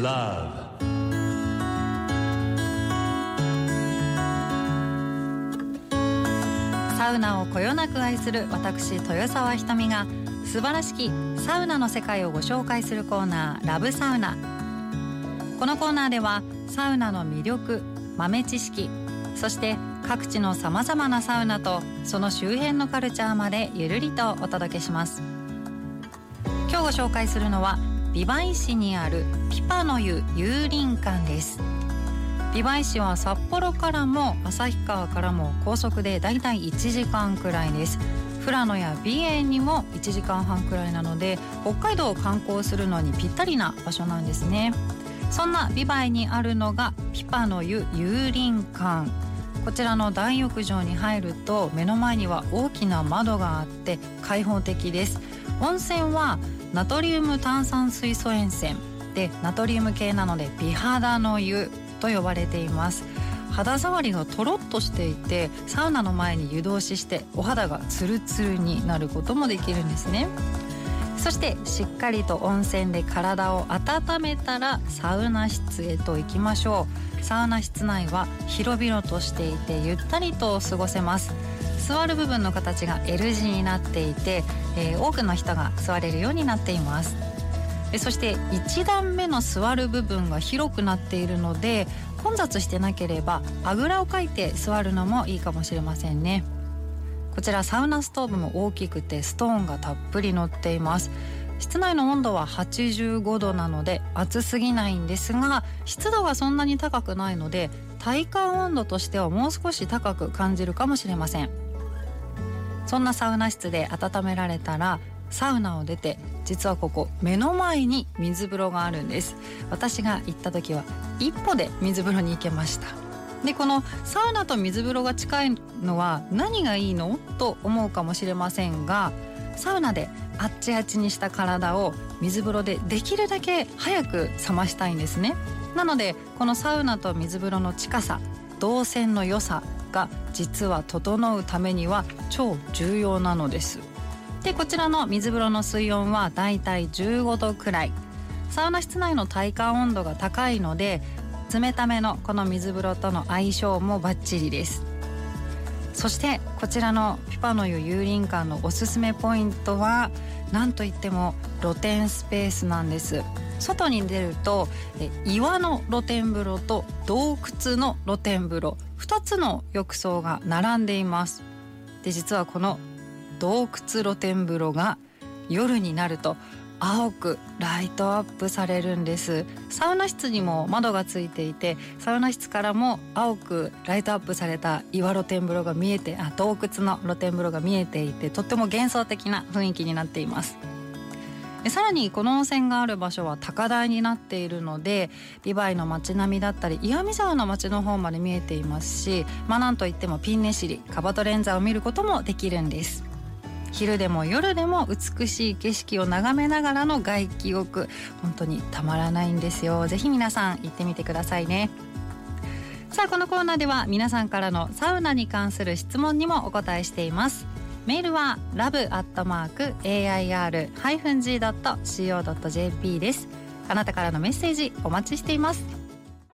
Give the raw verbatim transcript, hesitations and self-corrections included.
Love。 サウナをこよなく愛する私豊沢ひとみが素晴らしきサウナの世界をご紹介するコーナー、ラブサウナ。このコーナーではサウナの魅力、豆知識、そして各地のさまざまなサウナとその周辺のカルチャーまでゆるりとお届けします。今日ご紹介するのは美唄市にあるピパの湯遊林館です。美唄市は札幌からも旭川からも高速でだいたいいちじかんくらいです。富良野や美瑛にもいちじかんはんくらいなので、北海道を観光するのにぴったりな場所なんですね。そんな美唄にあるのがピパの湯遊林館。こちらの大浴場に入ると目の前には大きな窓があって開放的です。温泉はナトリウム炭酸水素塩泉で、ナトリウム系なので美肌の湯と呼ばれています。肌触りがとろっとしていて、サウナの前に湯通ししてお肌がツルツルになることもできるんですね。そしてしっかりと温泉で体を温めたらサウナ室へと行きましょう。サウナ室内は広々としていてゆったりと過ごせます。座る部分の形が エル 字になっていて、えー、多くの人が座れるようになっています。そしていち段目の座る部分が広くなっているので、混雑してなければあぐらをかいて座るのもいいかもしれませんね。こちらサウナストーブも大きくてストーンがたっぷり乗っています。室内の温度ははちじゅうごどなので暑すぎないんですが、湿度がそんなに高くないので体感温度としてはもう少し高く感じるかもしれません。そんなサウナ室で温められたらサウナを出て、実はここ目の前に水風呂があるんです。私が行った時は一歩で水風呂に行けました。で、このサウナと水風呂が近いのは何がいいのと思うかもしれませんが、サウナであっちあっちにした体を水風呂でできるだけ早く冷ましたいんですね。なのでこのサウナと水風呂の近さ、動線の良さが実は整うためには超重要なのです。で、こちらの水風呂の水温はだいたいじゅうごどくらい。サウナ室内の体感温度が高いので冷ためのこの水風呂との相性もバッチリです。そしてこちらのピパの湯遊林館のおすすめポイントはなんといっても露天スペースなんです。外に出るとえ岩の露天風呂と洞窟の露天風呂、ふたつの浴槽が並んでいます。で、実はこの洞窟露天風呂が夜になると青くライトアップされるんです。サウナ室にも窓がついていて、サウナ室からも青くライトアップされた岩露天風呂が見えて、あ、洞窟の露天風呂が見えていて、とっても幻想的な雰囲気になっています。さらにこの温泉がある場所は高台になっているので、美唄の街並みだったり岩見沢の街の方まで見えていますし、まあ、なんといってもピンネシリ、カバトレンザを見ることもできるんです。昼でも夜でも美しい景色を眺めながらの外気浴、本当にたまらないんですよ。ぜひ皆さん行ってみてくださいね。さあ、このコーナーでは皆さんからのサウナに関する質問にもお答えしています。メールは ラブ アットマーク エーアイアール ハイフン ジー ドット シーオー ドット ジェーピー です。あなたからのメッセージお待ちしています。